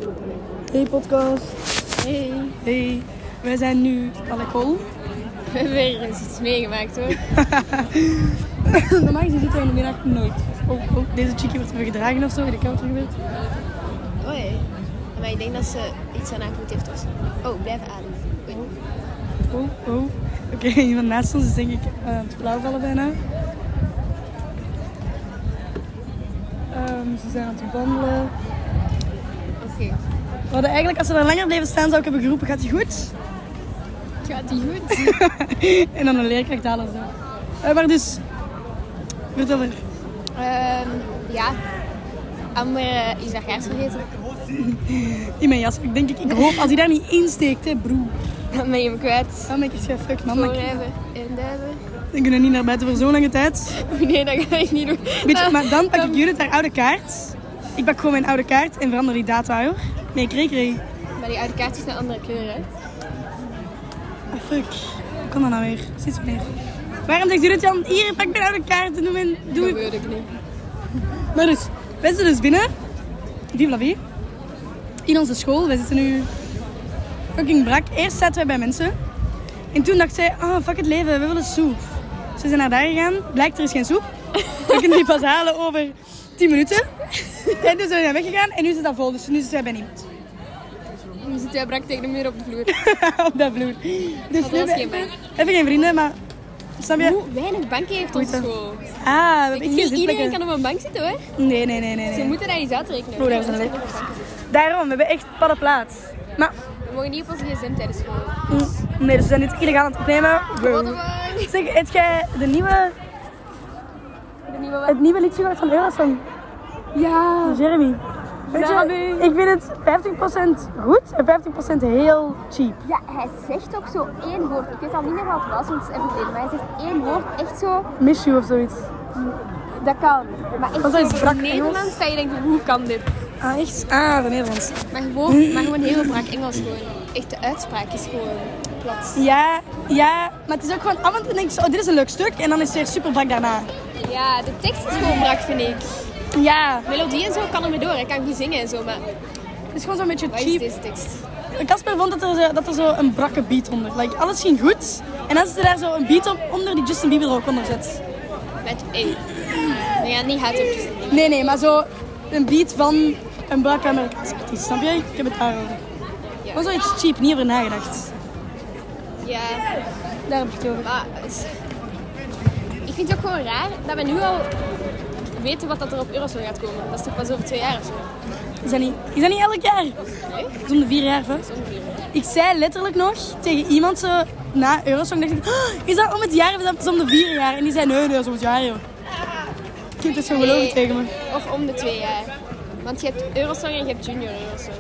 Hey podcast. Hey. Hey. Wij zijn nu à l'école. We hebben weer eens iets meegemaakt hoor. Normaal gezien zitten wij in de middag nooit. Oh, deze chickie wordt even gedragen of zo. Weet ik wat er gebeurt. Oh jee. Maar ik denk dat ze iets aan haar voet heeft of zo. Oh, blijf ademen. Oei. Oké, iemand naast ons is denk ik aan het flauwvallen bijna. Ze zijn aan het wandelen. Oké. We hadden eigenlijk, als ze er langer bleven staan, zou ik hebben geroepen, gaat ie goed? Gaat die goed? En dan een leerkracht halen zo. Maar dus, vertel er. Ja. Amber is haar kaars vergeten. In mijn jas. Ik hoop, als hij daar niet insteekt, hè, broer. Dan ben je hem kwijt. Dan ben ik echt fuck, man. Voorrijven en duiven. Dan kunnen we niet naar buiten voor zo lange tijd. Nee, dat ga ik niet doen. Weet je, maar dan pak ik Judith haar oude kaart. Ik pak gewoon mijn oude kaart en verander die data, hoor. Nee, kreeg. Maar die oude kaart is een andere kleur, hè? Oh, fuck. Hoe kan dat nou weer? Sinds wanneer? Waarom zegt Judith dan, hier, pak mijn oude kaart en doe Dat weet ik niet. Maar dus, wij zitten dus binnen. Vive la vie. In onze school. Wij zitten nu fucking brak. Eerst zaten wij bij mensen. En toen dacht zij, fuck het leven, we willen soep. Ze zijn naar daar gegaan. Blijkt, er is geen soep. We kunnen die pas halen over 10 minuten. En dus zijn we weggegaan. En nu is het al vol, dus nu zitten wij bij niemand. Nu zit jij brak tegen de muur op de vloer. Op dat vloer. Dus Dat nu was hebben geen bank. even geen vrienden, maar... Snap je? Hoe weinig banken heeft onze school. We hebben echt geen Niet iedereen zitplekken. kan op een bank zitten hoor. Nee. Ze moeten dat eens uitrekenen. Oh, daar is een weg. Daarom, we hebben echt padden plaats. Maar... We mogen niet op onze gsm tijdens school. Nee, dus we zijn niet illegaal aan het opnemen. What the fuck? Zeg, heb jij het nieuwe liedje gehoord van Eurosong? Ja. Jeremy. Weet je, ik vind het 50% goed en 50% heel cheap. Ja, hij zegt ook zo één woord. Ik weet al niet meer wat het was, want het is even geleden. Maar hij zegt één woord echt zo. Miss you of zoiets. Dat kan. Maar echt Was dat iets zo brak Nederlands dat je denkt, hoe kan dit? Ah, echt? Ah, van Nederlands. Maar gewoon heel brak Engels gewoon. Echt de uitspraak is gewoon plat. Ja, maar het is ook gewoon af en toe denk je, dit is een leuk stuk en dan is het weer super brak daarna. Ja, de tekst is gewoon brak, vind ik. Ja, Melodie en zo kan er mee door. Hij kan goed zingen en zo, maar het is gewoon zo'n beetje wat is cheap. deze tekst? Casper vond dat er zo een brakke beat onder. Like, alles ging goed en dan zit er daar zo een beat op onder die Justin Bieber er ook onder zit. Met nee, ja, niet hard op Justin Bieber. Nee, maar zo een beat van een brakke Amerikaanse artiest, snap je? Ik heb het daarover. Ja. Maar zoiets cheap, niet over nagedacht. Ja, Daar heb ik het over. maar ik vind het ook gewoon raar dat we nu al weten wat dat er op Eurosong gaat komen. Dat is toch pas over 2 jaar of zo? Is dat niet elk jaar? Nee? Dat is om de 4 jaar, hè? Dat is ongeveer. Ik zei letterlijk nog tegen iemand zo na Eurosong, dacht ik, is dat om het jaar of is dat om de 4 jaar? En die zei, nee, dat is om het jaar, joh. Je kunt het zo geloven tegen me. Of om de 2 jaar. Want je hebt Eurosong en je hebt Junior Eurosong.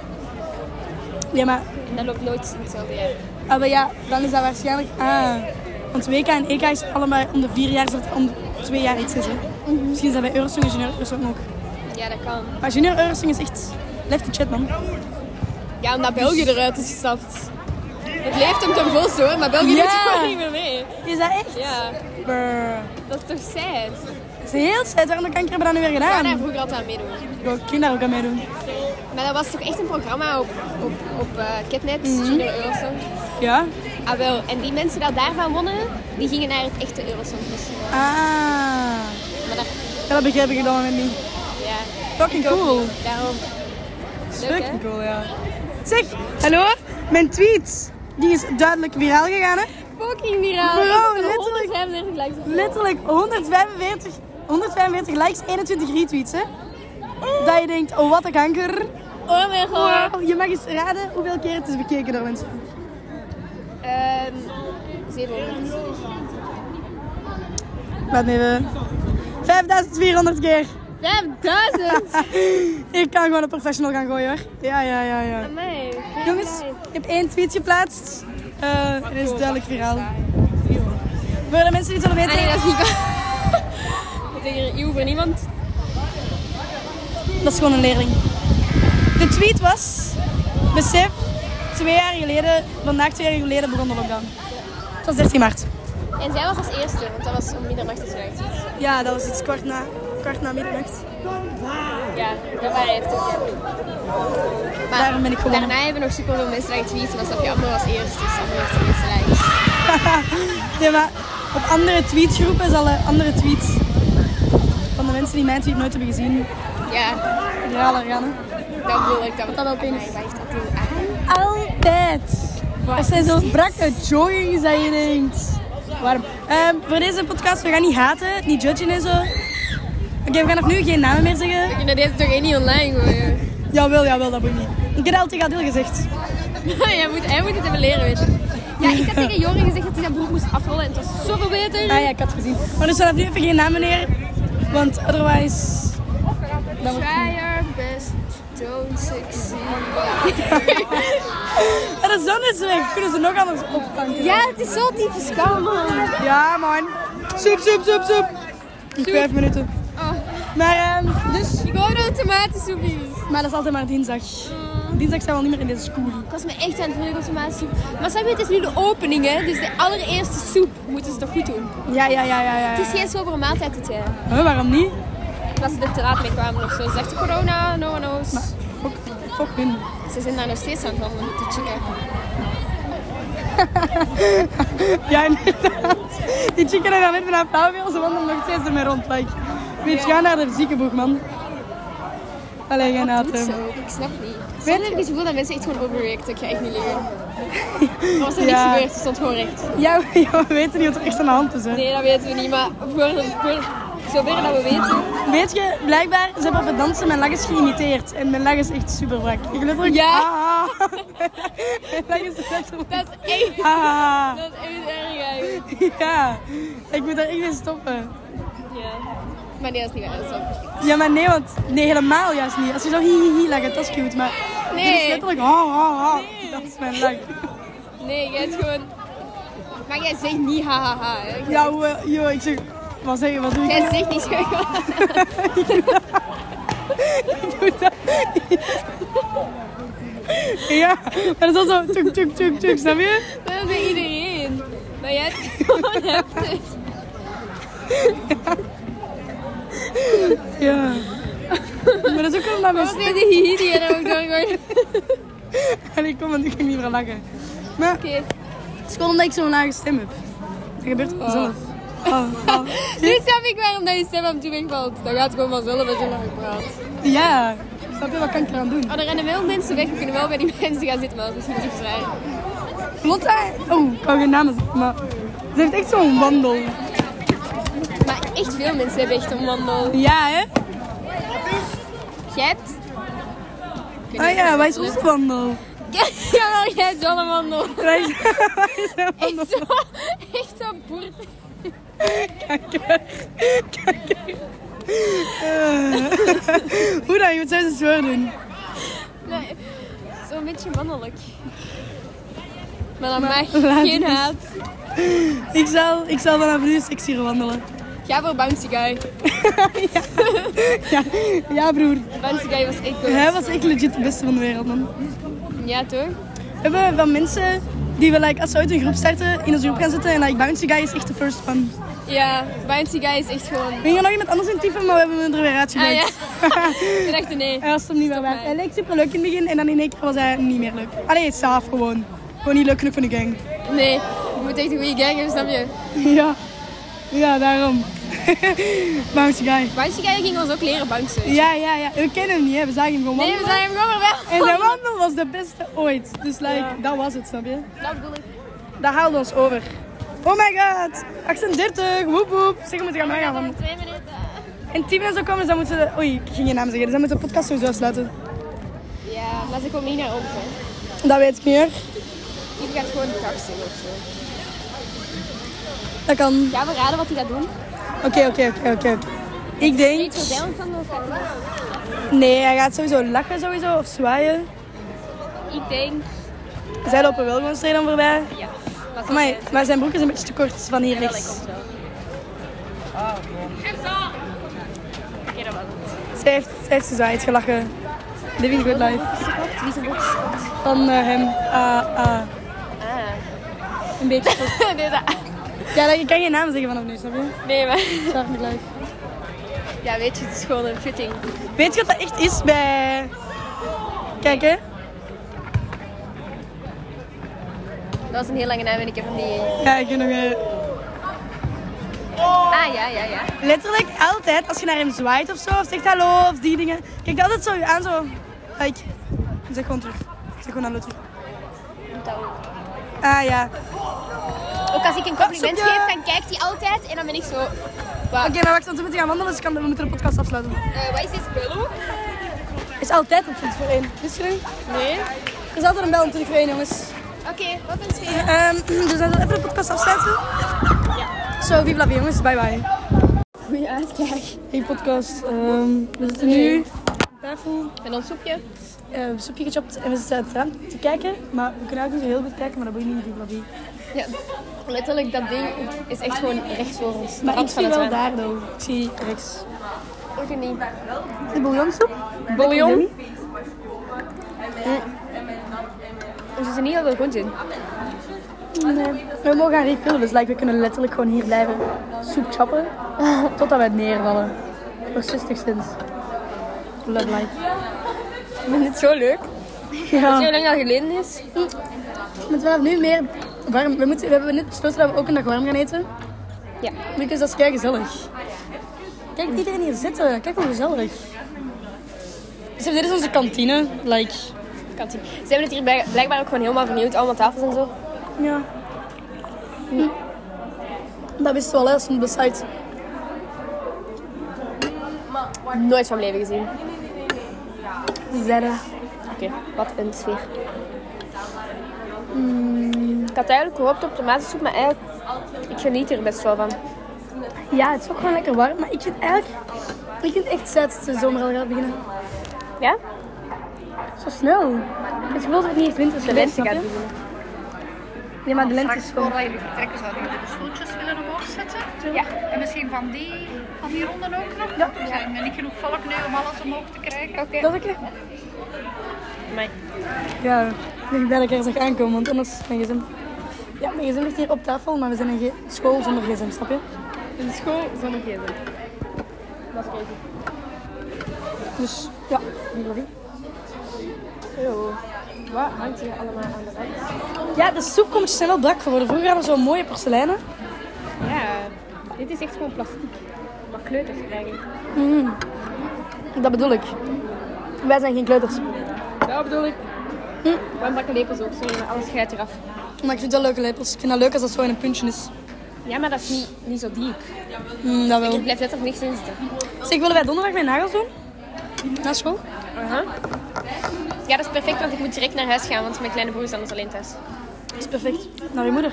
Ja, maar, En dat loopt nooit in hetzelfde jaar. maar ja, dan is dat waarschijnlijk, want WK en EK is allebei om de 4 jaar, zodat het om de 2 jaar iets is, hè. Misschien is dat bij Eurosong en Junior Eurosong ook. Ja, dat kan. Maar Junior Eurosong is echt lefty chat, man. Ja, omdat België eruit is gestapt. Het leeft hem ten volste hoor, maar België Ja. doet gewoon niet meer mee. Is dat echt? Ja, Brr. dat is toch sad? Dat is heel sad, waarom de kanker hebben we dat nu weer Ik wou daar gedaan? vroeger altijd aan meedoen. Ik ging daar ook aan meedoen. Maar dat was toch echt een programma op Kidnet, Junior Eurosong. Ja? Ah wel, en die mensen die daarvan wonnen, die gingen naar het echte Eurosong Festival. Maar dat, Ja, dat begrijp ik op dat moment niet. ja, Fucking ik ook cool. niet. Daarom. Leuk, hè? Fucking cool, ja. Zeg, hallo? Mijn tweet, die is duidelijk viraal gegaan, hè? Fucking viraal. Bro, Ik heb letterlijk. 135 likes op. Letterlijk 145 likes, 21 retweets, hè? Dat je denkt, oh wat een kanker. Oh mijn god. Wow, je mag eens raden hoeveel keer het is bekeken door mensen. 700. Laat me even. 5400 keer. 5000! Ik kan gewoon een professional gaan gooien, hoor. Ja. Amai. Jongens, ik heb 1 tweet geplaatst. Het is duidelijk viraal. Voor de mensen die het willen weten. Nee, dat is niet Ik denk hier voor niemand. Dat is gewoon een leerling. De tweet was: besef, 2 jaar geleden, vandaag 2 jaar geleden begon de lockdown. Het was 13 maart. En zij was als eerste, want dat was om middernacht is eruit. Ja, dat was iets kwart na middernacht. Ja, dat waren heftig. Ja. daarom ben ik gewonnen. Daarna hebben nog superveel mensen dat getweet. Maar snap je, Amber was eerst. Dus Amber heeft de meeste likes. Ja, maar op andere tweetgroepen zal andere tweets van de mensen die mijn tweet nooit hebben gezien Ja, viraler gaan. Hè? dat bedoel ik. Dat wel penis. Wat heeft dat doen aan? Altijd. Er zijn zo brakke joggings dat je denkt. Waarom? Voor deze podcast, we gaan niet haten, niet judgen en zo. Oké, we gaan vanaf nu geen namen meer zeggen. We kunnen deze toch één niet online gooien? Jawel, dat moet niet. Ik heb dat al tegen Adil gezegd. Hij moet het even leren, weet je. Ja, ik had tegen Joren gezegd dat hij dat broek moest afrollen en het was zoveel beter. Ah ja, ik had het gezien. Maar dus vanaf nu even geen namen meer. Want otherwise... Try your best, don't succeed. Ja, de zon is weg. Kunnen ze nog anders optanken? Ja, het is zo typisch koud, man. Ja, man. Soep. In 5 minuten. Oh. Maar dus... Ik wou nog tomatensoepjes. Maar dat is altijd maar dinsdag. Dinsdag zijn we al niet meer in deze school. Ik was me echt aan het vervelen op tomatensoep. Maar snap je, het is nu de opening, hè. Dus de allereerste soep moeten ze toch goed doen. Ja. Het is geen sobere maaltijd dit jaar. Waarom niet? Dat ze er te laat mee kwamen of zo. Zegt de corona, no one knows. Maar, fuck hun. Ze zijn daar nog steeds aan het wandelen met die chicken. Ja, inderdaad. Die chicken hebben net vanaf Flauweel, ze wandelen nog steeds ermee rond. Like, weet je, ga naar de ziekenboeg, man. Allee, geen Wat doet haat. ze ook? Ik snap het niet. Soms heb ik het gevoel dat mensen echt gewoon overreacten. Ik ga echt niet liggen. Er was er niks gebeurd, ze stond gewoon recht. Ja, we weten niet wat er echt aan de hand is, hè. Nee, dat weten we niet, maar voor zover dat we weten. Weet je, blijkbaar, ze hebben op het dansen mijn lach is geïmiteerd. En mijn lach is echt super brak. Ik letterlijk... Ja. Ah. Mijn lach is letterlijk... Dat is echt, Ah. dat is echt erg eigenlijk. Ja, ik moet daar echt mee stoppen. Ja. Maar nee, dat is niet waar, dat is wel. Ja, maar nee, want... Nee, helemaal juist niet. Als je zo hi lacht, dat is cute, maar... Nee. Dit is letterlijk ha. Nee. Dat is mijn lach. Nee, jij hebt gewoon... Maar jij zegt niet hahaha, hè. Ja, joh, ik zeg... Wat zeg je, wat doe ik? Jij zegt niet zo. Ik doe dat. Ja, maar dat is al zo... Tuk, snap je? Dat is bij iedereen. Maar jij hebt gewoon heftig. Ja. Maar dat is ook omdat mijn Wat is de hihi die jij ook doorgooit? En ik kom, want ik kan niet meer lachen. Maar Oké. het is gewoon omdat ik zo'n lage stem heb. Dat gebeurt gewoon zelf. Nu snap ik waarom dat je stem aan toe wegvalt. Dat gaat gewoon vanzelf als je lang praat. Ja, snap je, wat kan ik eraan doen? Oh, er rennen wel mensen weg. We kunnen wel bij die mensen gaan zitten, maar dat is misschien te vrij. Lotta, ik kan geen namen zeggen, maar ze heeft echt zo'n wandel. Maar echt veel mensen hebben echt een wandel. Ja, hè? Jij hebt... Ah ja, wij is onze wandel? Ja, maar jij hebt wel een wandel. Wij is een wandel. Echt zo boert. Kanker. Hoe dan? Je moet zelfs eens doen. Nee, zo'n beetje mannelijk. Maar dan mag laat geen eens. haat. Ik zal vanaf nu sexier wandelen. Ga voor Bouncy Guy. Ja, broer. Bouncy Guy was echt goed. Hij was echt legit de beste van de wereld, man. Ja, toch? We hebben van mensen die we, like, als we uit een groep starten, in onze groep gaan zitten. En like, Bouncy Guy is echt de first one. Ja, Bouncy Guy is echt gewoon... We gingen nog iemand anders in typen, maar we hebben hem er weer uitgegooid. Ik dacht nee. Hij was hem niet meer Stop waard. mij. Hij leek super leuk in het begin en dan in één keer was hij niet meer leuk. Allee, saaf gewoon. Gewoon niet leuk genoeg voor de gang. Nee, je moet echt een goede gang hebben, snap je? Ja, daarom. Bouncy Guy. Bouncy Guy ging ons ook leren bouncen. Ja. We kennen hem niet, hè. We zagen hem gewoon Nee, wandelen. we zijn hem gewoon wel. En zijn wandel was de beste ooit. Dus like, Ja. dat was het, snap je? Dat bedoel ik. Dat haalde ons over. Oh my god, 38, woep. Zeg, we moeten gaan meegaan. Nog 2 minuten. En 10 minuten zo komen, dus dan moeten ze... Oei, ik ging je naam zeggen. Dus dan moeten we de podcast sowieso afsluiten. Ja, maar ze komen niet naar ons, hè. Dat weet ik niet, hoor. Die gaat gewoon kaksen of zo. Dat kan. Gaan we raden wat hij gaat doen? Oké. Ik denk... Iets vervelend van of gaat hij? Nee, hij gaat sowieso lachen sowieso, of zwaaien. Ik denk... Zij lopen wel gewoon straight aan voorbij. Ja. Maar Amai, maar zijn broek is een beetje te kort van hier dat rechts. komt wel. Oké, dat was het. Zij heeft gezwaaid, gelachen. Living good life. Wie is een broek gekort? Van hem. Een beetje. Nee, dat... Ja, je kan geen naam zeggen vanaf nu, snap je? Nee, maar... Start met life. Ja, weet je, het is gewoon een fitting. Weet je wat dat echt is bij... Kijk, hè. Dat was een heel lange naam en ik heb van die... Ja, ik heb nog... Ah, ja. Letterlijk altijd, als je naar hem zwaait of zo, of zegt hallo, of die dingen. Kijk altijd zo aan, zo... Like, zeg gewoon terug. Zeg gewoon hallo terug. Ah, ja. Ook als ik een compliment Zoekje. geef, dan kijkt hij altijd en dan ben ik zo... Wow. Oké, maar wacht, want we moeten gaan wandelen, dus we moeten de podcast afsluiten. Wat is dit spel? Is altijd om 20 voor 1. Wist je dat? Nee. Er is altijd een bel om 20 voor 1, jongens. Oké, wat een sfeer. Dus dan even de podcast afsluiten. Zo, vive la vie, jongens. Bye bye. Goeie uitkijk. Hey podcast. We zitten nu aan tafel. En dan soepje. Soepje gechopt en we zitten uit het raam te kijken. Maar we kunnen ook niet zo heel goed kijken, maar dat boeit niet, vive la vie. Ja, letterlijk dat ding is echt gewoon rechts voor ons. Maar ik Rand van zie het wel raam. daar, though. Ik zie rechts. Ook niet. De bouillonsoep? Bouillon. Er zitten niet heel veel groenten in. Nee. We mogen gaan refillen, dus we kunnen letterlijk gewoon hier blijven soep choppen. Totdat we neervallen. Voor 60 cent. Love life. Ik vind het zo leuk. Weet je Ja. hoe lang dat geleden is? Maar vanaf nu meer warm. We hebben net besloten dat we ook een dag warm gaan eten. Ja. Dus dat is kei gezellig. Kijk iedereen hier zitten. Kijk hoe gezellig. Dus dit is onze kantine. Like, Kantine. Ze hebben het hier blijkbaar ook gewoon helemaal vernieuwd. Allemaal tafels en zo. ja. Dat wisten we al, hè, als we op de site. Nooit van mijn leven gezien. Zeiden. Oké, wat een sfeer. Ik had eigenlijk gehoopt op tomatensoep, maar eigenlijk... Ik geniet er best wel van. Ja, het is ook gewoon lekker warm. Maar ik vind eigenlijk... Ik vind het echt zet dat de zomer al gaat beginnen. Ja? Zo snel. Het gevoel dat het niet echt winter is. De lente snap gaat je? beginnen. Nee, maar de lente is gewoon... Voordat jullie vertrekken, zouden jullie de stoeltjes willen omhoog zetten? Ja. En misschien van die ronden ook nog? Ja. Er zijn er niet genoeg volk nu om alles omhoog te krijgen. Oké. Dat ik... Maar Ja, ik ben blij dat ik er zag aankomen, want anders mijn gsm... Ja, mijn gsm ligt hier op tafel, maar we zijn in school zonder gsm, snap je? in de school zonder gsm. Dat is crazy. Dus, ja, die wil ik. Zo. Wat hangt hier allemaal aan de rand? Ja, de soepkommetjes zijn wel brak geworden. Vroeger hadden we zo'n mooie porseleinen. Ja, dit is echt gewoon plastiek. Maar kleuters krijgen. Dat bedoel ik. Wij zijn geen kleuters. Dat bedoel ik. Waarom pakken lepels ook zo? Alles scheidt eraf. Maar ik vind wel leuke lepels. Ik vind dat leuk als dat zo in een puntje is. Ja, maar dat is niet zo diep. Dat wel. Er blijft letterlijk niks in zitten. Zeg, willen wij donderdag mijn nagels doen? Na school? Ja, dat is perfect, want ik moet direct naar huis gaan, want mijn kleine broer is anders alleen thuis. Dat is perfect. Naar je moeder.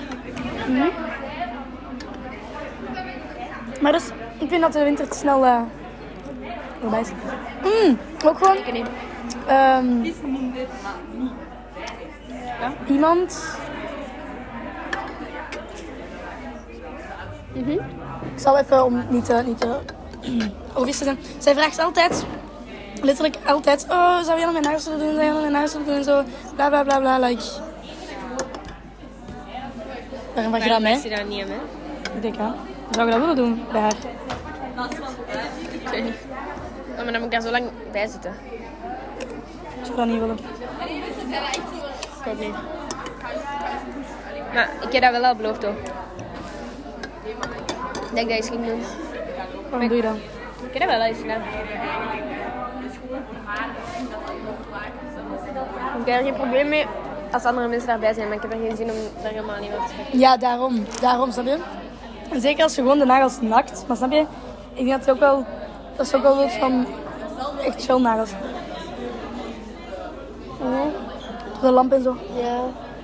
Maar dus, ik vind dat de winter te snel voorbij is. Ook gewoon... Ik niet. Iemand... Ik zal even, om niet te logisch te zijn. Zij vraagt altijd, letterlijk altijd, oh, zou je nog mijn nagels willen doen? Zou je nog mijn nagels willen doen? En zo, bla bla bla bla, like. Waarom vraag je dat aan mij? Is je dat niet aan mij? Ik denk, ja. Zou je dat willen doen bij haar? Ik weet niet. Oh, maar dan moet ik daar zo lang bij zitten. Ik zou dat niet willen. Ik ook niet. Maar ik heb dat wel al beloofd hoor. Dat ik dat eens ging doen. Waarom doe je dat? Ik heb dat wel eens gedaan. Ik heb er geen probleem mee als andere mensen daarbij zijn, maar ik heb er geen zin om daar helemaal niet mee te spreken. Ja, daarom, snap je? En zeker als je gewoon de nagels nakt, maar snap je? Ik denk dat het ook wel, dat is ook wel iets van echt chill nagels. De lamp en zo. Ja.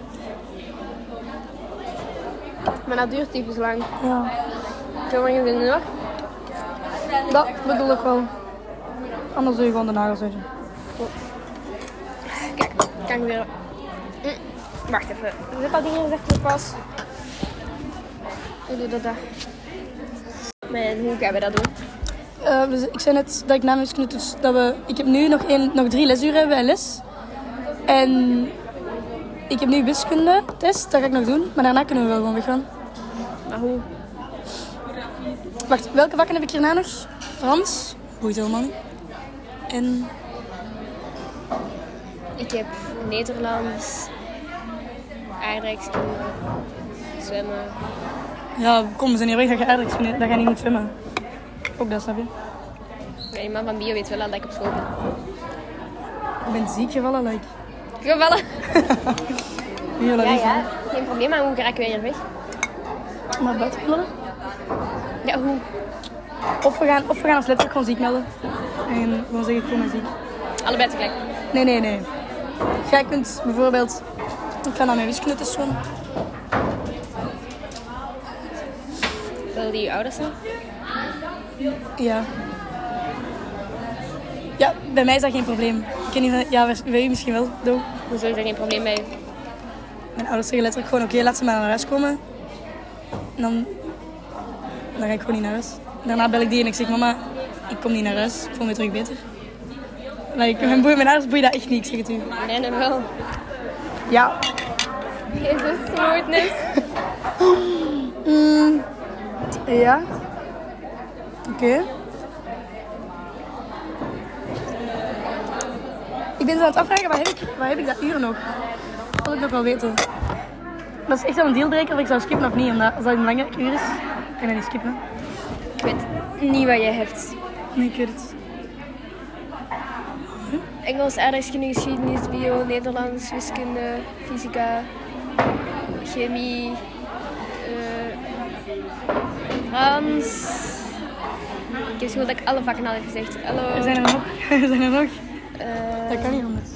Maar dat duurt typisch lang. Ja. Zo lang is het nog. Dat bedoel ik wel. Anders doe je gewoon de nagels uit. Kijk, kan ik weer... Wacht even. Er zit al dingen gezegd op pas. Hoe doe je dat? Maar hoe gaan we dat doen? Dus ik zei net dat ik na mijn wiskunde toets, ik heb nu nog 3 lesuren hebben bij les. En ik heb nu wiskunde test, dat ga ik nog doen. Maar daarna kunnen we wel gewoon weggaan. Maar hoe? Wacht, welke vakken heb ik hierna nog? Frans. Boeit helemaal niet. En Ik heb Nederlands, aardrijkskunde, zwemmen. Ja, kom, we zijn hier weg dat je aardrijkskunde, dat je niet moet zwemmen. Ook dat, snap je? Ja, iemand van bio weet wel al dat ik op school ben. Ik ben ziek gevallen, like. Gevallen. Biologie. Ja, geen probleem, maar hoe raak ik weer weg? Maar buiten willen? Ja, hoe? Of we gaan ons letterlijk gewoon ziek melden. En gewoon zeggen, ik kom maar ziek. Allebei tegelijk. Nee. Jij kunt bijvoorbeeld... Ik ga naar mijn wiskundetest doen. Willen die je ouders zijn? Ja. Ja, bij mij is dat geen probleem. Ik weet niet, ja, bij u misschien wel, doe. Hoezo is er geen probleem bij u? Mijn ouders zeggen letterlijk gewoon, oké, laat ze maar naar huis komen. En dan ga ik gewoon niet naar huis. Daarna bel ik die en ik zeg, mama, ik kom niet naar huis. Ik voel me terug beter. Like, mijn ouders boeien dat echt niet, ik zeg het u. Nee, wel. Ja. Jezus, smoothness. Ja. Oké. Ik ben zo aan het afvragen, wat heb ik dat uur nog? Dat wil ik nog wel weten. Dat is echt wel een dealbreaker of ik zou skippen of niet. Omdat als dat een belangrijk uur is, kan je dat niet skippen. Ik weet niet wat jij hebt. Nee, ik weet het. Engels, aardrijkskunde, geschiedenis, bio, Nederlands, wiskunde, fysica, chemie, Frans. Ik heb gevoel dat ik alle vakken al heb gezegd. Hallo. Er zijn er nog. Dat kan niet anders.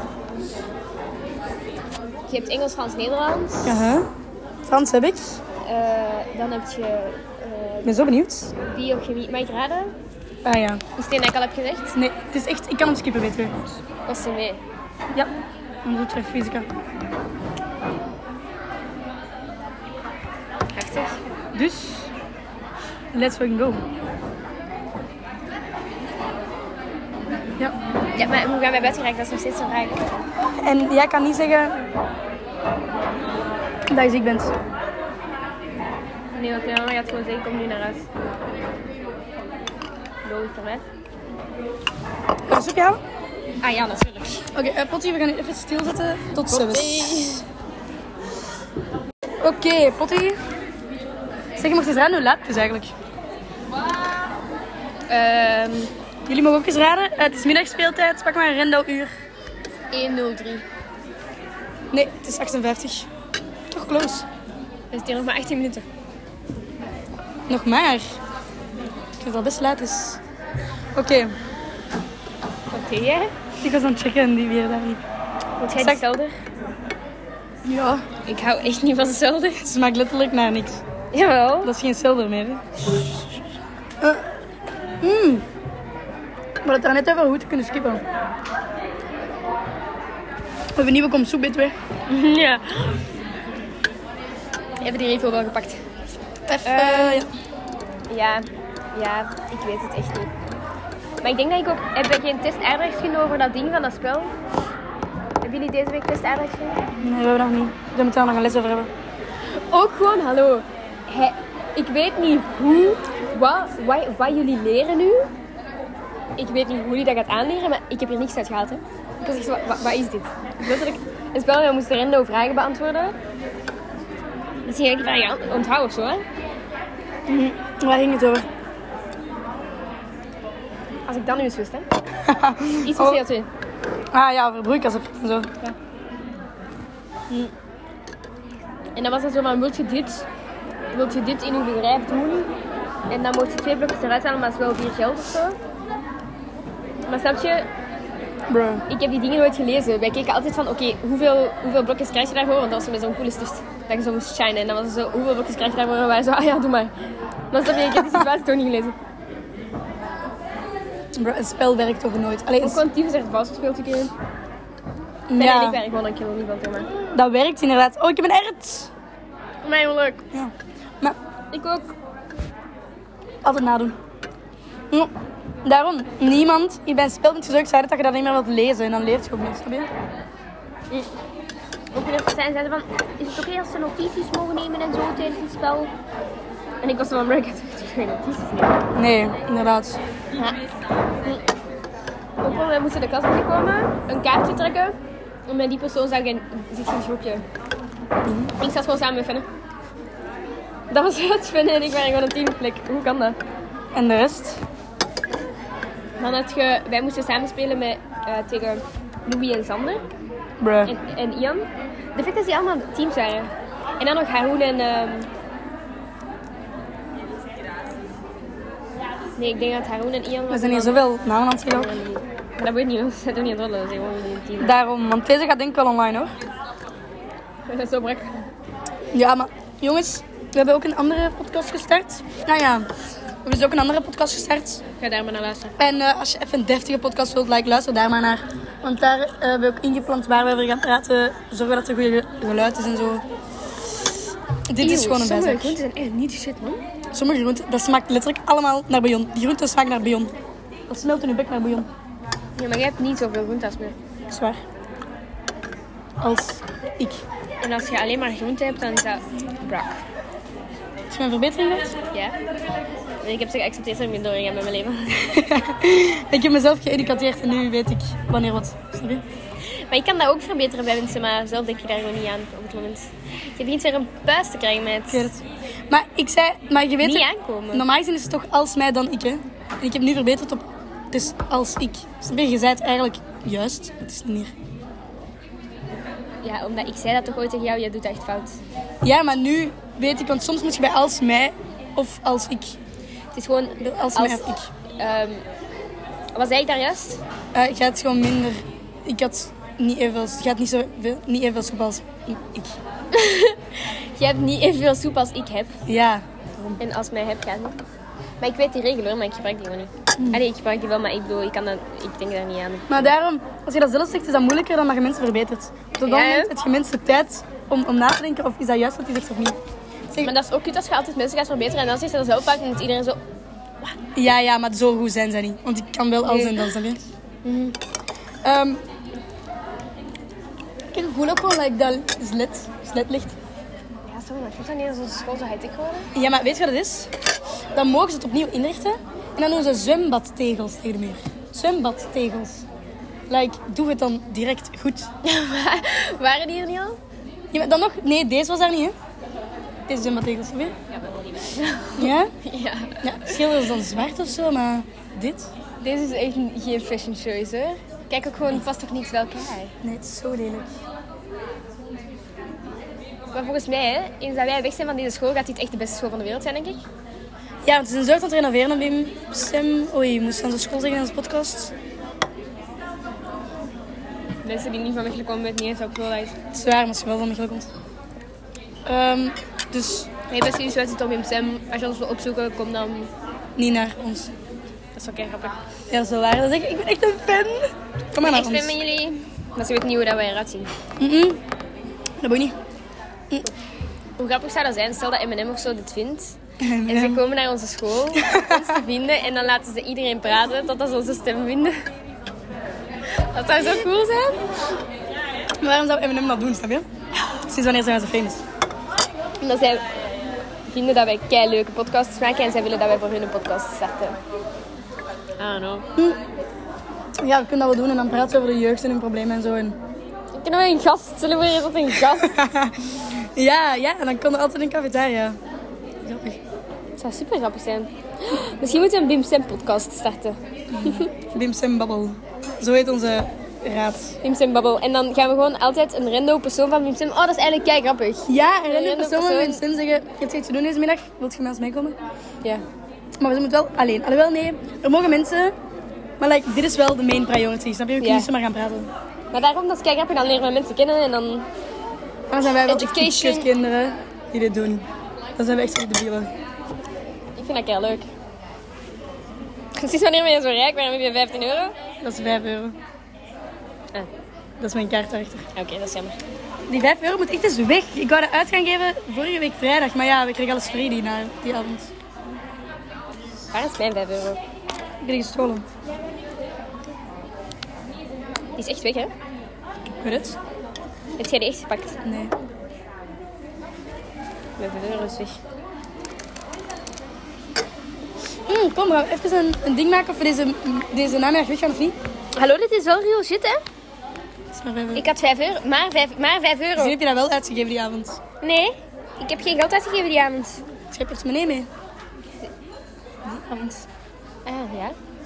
Je hebt Engels, Frans, Nederlands. Frans heb ik. Dan heb je Ik ben zo benieuwd. biochemie. Mag ik raden? Ah ja. Is het een dat ik al heb gezegd? Nee, het is echt... Ik kan hem skippen, weet je. Was er mee? Ja. Dan doe ik terug fysica. 80. Dus... Let's fucking go. Ja. Ja, maar hoe gaan wij buiten geraken? Dat is nog steeds een vraag. En jij kan niet zeggen... dat je ziek bent. Nee, want mijn mama gaat gewoon zeggen, kom nu naar huis. Logisch voor mij. Ga je soep jou? Ah ja, natuurlijk. Oké, Potty, we gaan nu even stilzetten tot service. Oké, Potty. Zeg, je mocht eens raden hoe laat het is eigenlijk. Jullie mogen ook eens raden. Het is middagspeeltijd. Pak maar een rendo-uur. 1:03. Nee, het is 58. Toch close. We zitten hier nog maar 18 minuten. Nog maar. Ik vind dat het best laat is. Oké. Wat deed jij? Ik was aan het checken en die weer daar niet. Moet jij die zelder? Ja. Ik hou echt niet van zelder. Het smaakt letterlijk naar niks. Jawel. Dat is geen selder meer, hè. Maar het er net even goed te kunnen skippen. We hebben een nieuwe kom soep, weet Ja. Hebben die refill wel gepakt? Ja. Ja, ik weet het echt niet. Maar ik denk dat ik ook... Heb je geen test aardrijkskunde over dat ding van dat spel? Hebben jullie deze week test aardrijkskunde? Nee, we hebben nog niet. Daar moeten we nog een les over hebben. Ook gewoon, hallo. Ik weet niet hoe... Wat jullie leren nu. Ik weet niet hoe jullie dat gaat aanleren, maar ik heb hier niks uit gehaald, hè. Ik was echt zo, wat is dit? Letterlijk een spel, we moesten random vragen beantwoorden. Misschien heb ik die vragen onthouden of zo, hè. Waar ging het over? Als ik dat nu eens wist, hè. Iets van CO2. Ah ja, over broeikaseffect en zo. Ja. En dan was het zo van, wilt je dit in uw bedrijf doen? En dan mocht je 2 blokjes eruit halen, maar dat is wel 4 geld of zo. Maar snap je, Bro. ik heb die dingen nooit gelezen. Wij keken altijd van, oké, hoeveel blokjes krijg je daarvoor? Want dat was zo met zo'n coole stift dat je zo moest shinen. En dan was het zo, hoeveel blokjes krijg je daarvoor? En wij zo, ah ja, doe maar. Maar snap je, ik heb die situatie toch niet gelezen. Bro, een spel werkt toch nooit? Allee, Ook gewoon tyfus echt vast gespeeld een keer. Nee, ik werk gewoon een keer niet van het maar. Dat werkt inderdaad. Oh, ik heb een ert. Maar heel leuk. Ja. Maar Ik ook. altijd nadoen. Ja. Daarom, niemand die bij een spel bent gezorgd zei dat je dat niet meer wilt lezen. En dan leert je ook niet, snap je? Ook weer zeiden van, is het oké als ze notities mogen nemen en zo tijdens het spel? En ik was zo van, break, ik heb geen notities nemen. Nee, inderdaad. Ja. Ook wel, wij moesten de kast binnenkomen, een kaartje trekken. met die persoon zit in een groepje. Ik zat gewoon samen met Fenne. Dat was het, Fenne en ik waren gewoon een teamplek. Hoe kan dat? En de rest? Dan had je... Wij moesten samen spelen met, tegen Louis en Sander. Bruh. En Ian. De feit is die allemaal teams waren. En dan nog Haroon en... Nee, ik denk dat Haroon en Ian... We zijn hier zoveel namen aan het zeggen. Dat weet niet, ze doen niet aan het rollen. Ze zijn gewoon in een team. Daarom, want deze gaat denk ik wel online hoor. Dat is zo brak. Ja, maar jongens, we hebben ook een andere podcast gestart. Nou ja, we hebben dus ook een andere podcast gestart. Ga daar maar naar luisteren. En als je even een deftige podcast wilt, luister daar maar naar. Want daar hebben we ook ingepland waar we over gaan praten. Zorgen dat er goede geluid is en zo. Dit is gewoon een bijzaak. Sommige groenten zijn echt niet shit, man. Sommige groenten, dat smaakt letterlijk allemaal naar bouillon. Die groenten smaken naar bouillon. Dat smelt in je bek naar bouillon. Ja, maar jij hebt niet zoveel groentes meer. Zwaar. Als ik. En als je alleen maar groenten hebt, dan is dat brak. Is je mijn verbetering gehad? Ja. En ik heb ze geaccepteerd dat ik meer doorgaan met mijn leven. Ik heb mezelf geëducateerd en nu weet ik wanneer wat. Snap je? Maar ik kan dat ook verbeteren bij mensen, maar zelf denk je daar gewoon niet aan op het moment. Je begint weer een puist te krijgen met Ik weet het. Maar ik zei, maar je weet niet het, aankomen. normaal gezien is het toch als mij dan ik, hè? En ik heb nu verbeterd op, het is als ik. Snap je? Je zei het eigenlijk juist, het is niet meer. Ja, omdat ik zei dat toch ooit tegen jou, jij doet dat echt fout. Ja, maar nu weet ik, want soms moet je bij als mij of als ik. Het is gewoon Als mij of ik. Wat zei ik daar juist? Ik ga het gewoon minder, ik had niet evenveel, je had niet evenveel soep als ik. Je hebt niet evenveel soep als ik heb. Ja. En als mij heb, gaat het niet. Maar ik weet die regel hoor, maar ik gebruik die gewoon niet. Allee, ik gebruik die wel, maar ik bedoel, ik denk daar niet aan. Maar daarom, als je dat zelf zegt, is dat moeilijker dan dat je mensen verbetert. Op dat moment heb je mensen de tijd om na te denken of is dat juist wat je zegt of niet. Zeg, Maar dat is ook goed als je altijd mensen gaat verbeteren en dan zegt je dat zelf vaak en dan is iedereen zo... ja, maar zo goed zijn zij niet. Want ik kan wel alles en dan, snap je? Kijk, ik voel ook gewoon like, dat ledlicht. Ja, sorry, maar ik vind dat niet dat onze school zo high-tech geworden. Ja, maar weet je wat het is? Dan mogen ze het opnieuw inrichten en dan doen ze zwembadtegels tegen de muur. Zwembadtegels. Like, doe het dan direct goed. Waren die er niet al? Ja, maar dan nog? Nee, deze was daar niet, hè? Deze zwembadtegels, snap je? Ja, maar wel niet. Ja? Ja. Ja, schilderen is dan zwart of zo, maar dit? Deze is echt geen fashion choice, hè? Kijk ook gewoon vast toch niks bij elkaar. Nee, het is zo lelijk. Maar volgens mij, hè, eens dat wij weg zijn van deze school, gaat dit echt de beste school van de wereld zijn, denk ik. Ja, want het is een zorg aan het renoveren bij hem. Sam, oei, moest aan zijn school zeggen in onze podcast. Mensen die niet van Mechelen komen, weten niet eens ook wel uit. Het is waar, maar als je wel van Mechelen komt. Dus Hey, best jullie sluiten het op in Sam. Als je ons wil opzoeken, kom dan. niet naar ons. Dat is ook echt grappig. Ja, dat is wel waar. Dat zeg ik ben echt een fan. Kom maar naar Ik ben ons. met jullie. Maar ze weten niet hoe dat wij eruit zien. Dat moet je niet. Hoe grappig zou dat zijn? Stel dat M&M of zo dit vindt. En ze komen naar onze school om ons te vinden. En dan laten ze iedereen praten totdat ze onze stem vinden. Dat zou zo cool zijn. Maar waarom zou M&M dat doen, snap je? Sinds wanneer zijn wij zo famous? Omdat zij vinden dat wij keileuke podcasts maken. En zij willen dat wij voor hun een podcast starten. I don't know. Ja, we kunnen dat wel doen en dan praten we over de jeugd en hun problemen en zo. En... Kunnen we een gast? Zullen we hier tot een gast? ja, en dan kan er altijd een cafetaria. Grappig. Het zou super grappig zijn. Misschien moeten we een Bim Sam podcast starten. Bim Sam Babbel. Zo heet onze raad. Bim Sam Babbel. En dan gaan we gewoon altijd een random persoon van Bim Sam... Oh, dat is eigenlijk kei grappig. Ja, en dan random persoon van Bim persoon. Sam zeggen, je hebt iets te doen deze middag, wilt je met ons meekomen? Ja. Maar we moeten wel alleen. Alhoewel, nee, er mogen mensen... Maar like, dit is wel de main priority, snap je? We kunnen niet zomaar gaan praten. Maar daarom, dat is kei grappig. Dan leren we mensen kennen en dan... Dan zijn wij wel Education. echt kinderen die dit doen. Dan zijn we echt zo debielen. Ik vind dat kei leuk. Precies wanneer ben je zo rijk? Waarom heb je 15 euro? Dat is 5 euro. Ah. Dat is mijn kaart erachter. Oké, dat is jammer. Die 5 euro moet echt eens weg. Ik wou dat uit gaan geven vorige week vrijdag. Maar ja, we kregen alles free die avond. Waar is mijn 5 euro? Ik kreeg gestolen. Die is echt weg, hè? Ik weet het? Heb jij die echt gepakt? Nee. Mijn 5 euro is weg. Kom, gaan we even een ding maken of we deze namiddag weggaan of niet? Hallo, dit is wel real shit, hè? Het is maar 5 euro. Ik had 5 euro. Maar 5 euro. Dus heb je dat wel uitgegeven die avond? Nee, ik heb geen geld uitgegeven die avond. Dus je hebt portemonnee mee? Die avond. Ah, ja.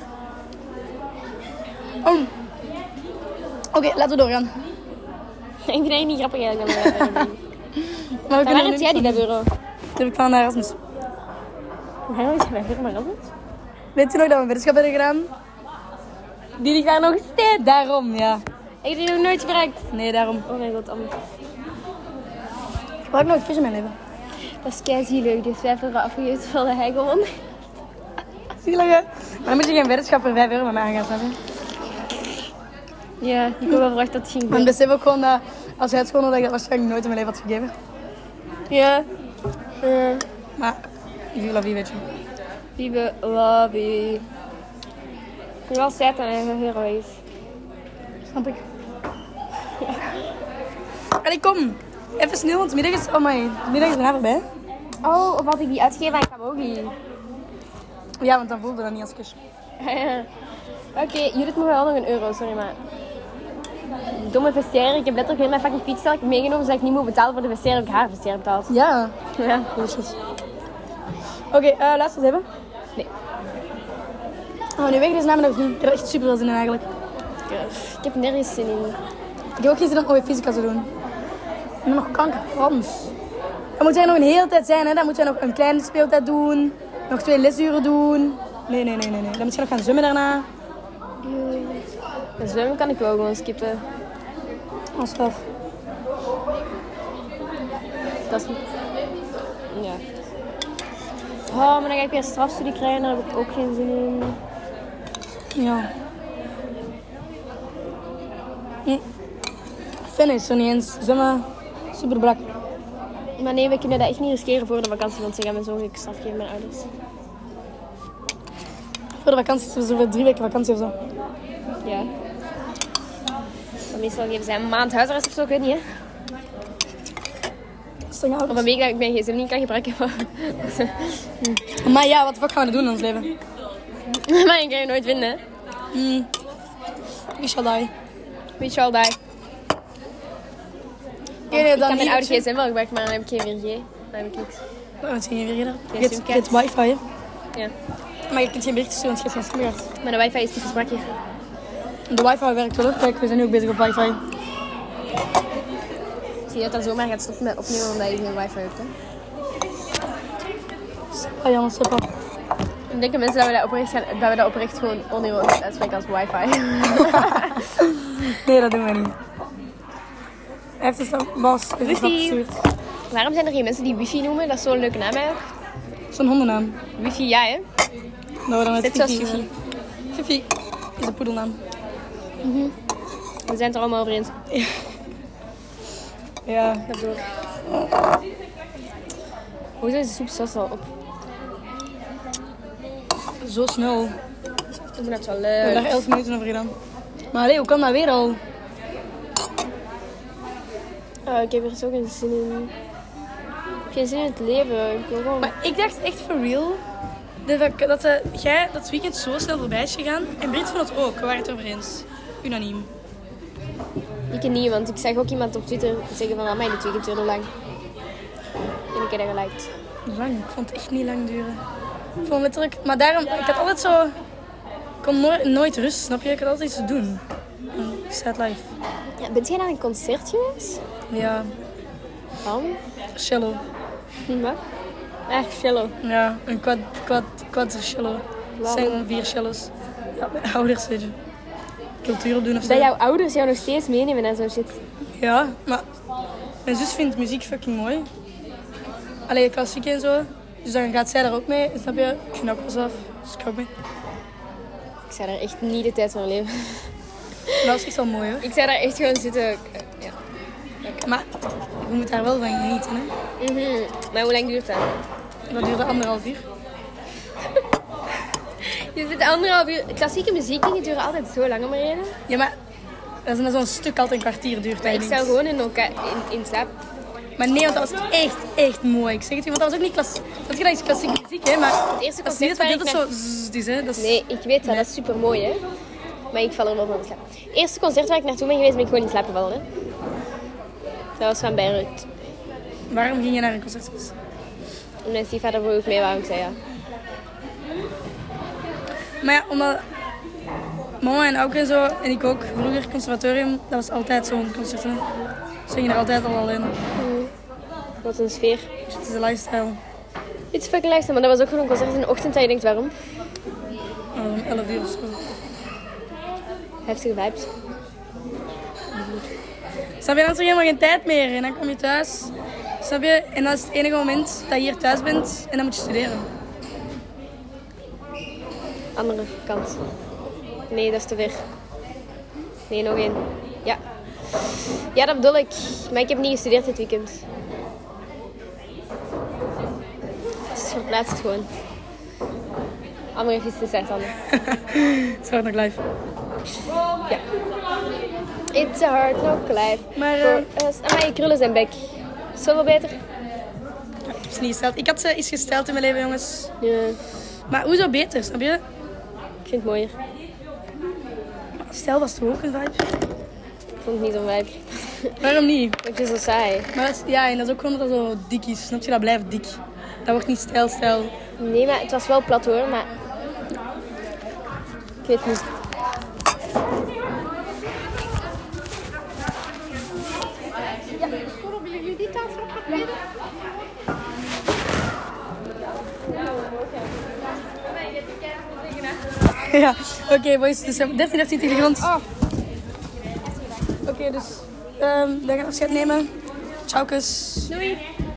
Oh. Oké, laten we doorgaan. Ik vind het niet grappig eigenlijk. Maar we Waar kunnen heb jij die 5 euro? Dat heb ik van Erasmus. Waarom heb je 5 euro maar anders? Weet je nog dat we een weddenschap hebben gedaan? Die ligt daar nog steeds. Daarom, ja. Ik heb die nog nooit gebruikt. Nee, daarom. Oh mijn god, Anne. Ik gebruik nog een keer in mijn leven. Dat is keizielig. Die heeft 5 euro afgegeven terwijl hij gewoon. Zielig, hè? Maar dan moet je geen weddenschap voor 5 euro met mij aan gaan snappen. Ja, ik had wel verwacht dat het ging Maar doen. ik besef ook gewoon dat als jij het gewoon had, dat ik dat waarschijnlijk nooit in mijn leven had gegeven. Ja. Maar, vive la vie, weet je. Lieve lobby. Ik vind wel sad dat hij 5 euro is. Snap ik. Allee, kom. Even snel, want middag is... Oh my, middag is bijna voorbij. Oh, of had ik die uitgegeven aan Kamogi? Ja, want dan voelde dat niet als cash. Oké, Judith moet wel nog een euro, sorry maar. Domme vestiaire, ik heb letterlijk heel mijn fucking fietszaak meegenomen zodat ik niet moet betalen voor de vestiaire. Heb ik haar vestiaire betaald. Ja. Ja. Oké, laatst wat hebben. Nee. Oh, nu weg deze namiddag of niet? Ik heb er echt super veel zin in eigenlijk. Ik heb nergens zin in. Ik heb ook geen zin om ooit fysica te doen. Ik ben nog kanker Frans. Dan moet jij nog een hele tijd zijn, hè. Dan moet jij nog een kleine speeltijd doen. Nog 2 lesuren doen. Nee. Dan moet je nog gaan zwemmen daarna. En zwemmen kan ik wel gewoon skippen. Als tof. Dat is... Ja. Oh, maar dan ga ik weer strafstudie krijgen, daar heb ik ook geen zin in. Ja. Fijn is zo niet eens. Zwemmen, super brak. Maar nee, we kunnen dat echt niet riskeren voor de vakantie, want ze gaan me zo straf geven, mijn ouders. Voor de vakantie is er zo voor 3 weken vakantie of zo. Ja. Maar meestal geven ze een maand huisarrest of zo, ik weet niet hè. Strenge Of ouders. een week dat ik mijn gsm niet kan gebruiken. Maar ja, wat de fuck gaan we doen in ons leven? Maar ik kan je nooit vinden hè. We shall die. We shall die. Ik kan mijn oude gsm wel gebruiken, maar dan heb ik geen 4G. Dan heb ik niks. Oh, wat ging je weer gedaan? Geen Je simkaart. hebt wifi, hè? Ja. Maar je kunt geen berichten sturen, want je hebt geen simkaart. Maar de wifi is te versmak hier. De wifi werkt wel, hoor. Kijk, we zijn nu ook bezig op wifi. Zie je dat dan zomaar gaat stoppen met opnemen omdat je geen wifi hebt hè. Oh ja, super. Dan denken mensen dat we dat oprecht gewoon onironisch uitspreken als wifi. Nee, dat doen we niet. Hij heeft dus dan Bas is dus Wifi. opgestuurd. Waarom zijn er geen mensen die wifi noemen? Dat is zo'n leuke naam eigenlijk. Zo'n hondennaam. Wifi, ja hè. Dat we dan met Net zoals Fifi. Fifi. Fifi is een poedelnaam. We zijn het er allemaal over eens. Ja. Dat bedoel ik. Hoezo is de soepsas al op? Zo snel. Ik vind dat wel We hebben leuk. daar 11 minuten over gedaan. Maar allee, hoe kan dat weer al? Ik heb er zo geen zin in. Ik heb geen zin in het leven. Ik wil gewoon... Maar ik dacht echt for real jij dat weekend zo snel voorbij is gegaan. En Brit vond het ook. We waren het over eens. Unaniem. Ik niet, want ik zag ook iemand op Twitter zeggen van amai, dit weekend duurde lang. En ik heb dat geliked. Lang. Ik vond het echt niet lang duren. Ik vond het letterlijk... Maar daarom, ik had altijd zo... Ik kon nooit rust, snap je? Ik had altijd iets te doen. Sad life. Ja, bent jij naar een concert geweest? Ja. Van? Cello. Wat? Cello. Ja, een quad cello. Het zijn gewoon 4 cello's. Ja, mijn ouders, weet je. Cultuur opdoen of zo. Dat jouw ouders jou nog steeds meenemen naar zo'n shit. Ja, maar mijn zus vindt muziek fucking mooi. Allee, klassiek en zo. Dus dan gaat zij daar ook mee, snap je? Ik vind dat ook wel zelf, dus ik ga ook mee. Ik zou daar echt niet de tijd van leven. Dat is echt wel mooi hoor. Ik zou daar echt gewoon zitten. Ja. Maar je moet daar wel van genieten, hè. Maar hoe lang duurt dat? Dat duurde 1,5 uur. Je zit 1,5 uur. Klassieke muziekdingen duren altijd zo lang om een reden. Ja, maar dat is zo'n stuk altijd een kwartier duurt. Maar ik zou gewoon in slaap. Maar nee, want dat was echt mooi. Ik zeg het je, want dat was ook niet klassiek. Dat is klassieke muziek, hè. Maar Het eerste dat is niet concert dat waar het ik zo zzz is, hè. Dat is... Nee, ik weet dat. Dat is super mooi, hè. Maar ik val er wel van in slaap. Het eerste concert waar ik naartoe ben geweest, ben ik gewoon in slaap gevallen. Hè. Dat was van Bayreuth. Waarom ging je naar een concert? Mijn stiefvader vroeg mee waarom ik zei ja. Maar ja, omdat mama en Auke en zo, en ik ook, vroeger conservatorium, dat was altijd zo'n concert. Hè. Ze gingen er altijd al in. Wat een sfeer. Het is de lifestyle. Iets fucking lifestyle, maar dat was ook gewoon een concert in de ochtend dat je denkt waarom. Om 11 uur of zo. Heftige vibes. Snap je, dan is er helemaal geen tijd meer en dan kom je thuis. Snap je? En dat is het enige moment dat je hier thuis bent en dan moet je studeren. Andere kant. Nee, dat is te ver. Nee, nog één. Ja. Ja, dat bedoel ik. Maar ik heb niet gestudeerd dit weekend. Het is verplaatst gewoon. Andere heeft iets te zeggen, Sander. Zo nog live. Ja. It's a hard knock life. Maar je krullen zijn bek. Zoveel beter. ik heb ze niet gesteld. Ik had ze eens gesteld in mijn leven, jongens. Ja. Maar hoezo beter, snap je? Ik vind het mooier. Stel was toch ook een vibe? Ik vond het niet zo'n vibe. Waarom niet? Het is zo saai. Maar dat is, ja, en dat is ook gewoon omdat dat zo dik is. Snap je? Dat blijft dik. Dat wordt niet stijl. Nee, maar het was wel plat hoor, maar... Ik weet niet. Willen jullie die tafel opkleden? Ja, oké, boys. Dus 13 tegen de grond. Oké, dus wij gaan afscheid nemen. Ciao, kus. Doei.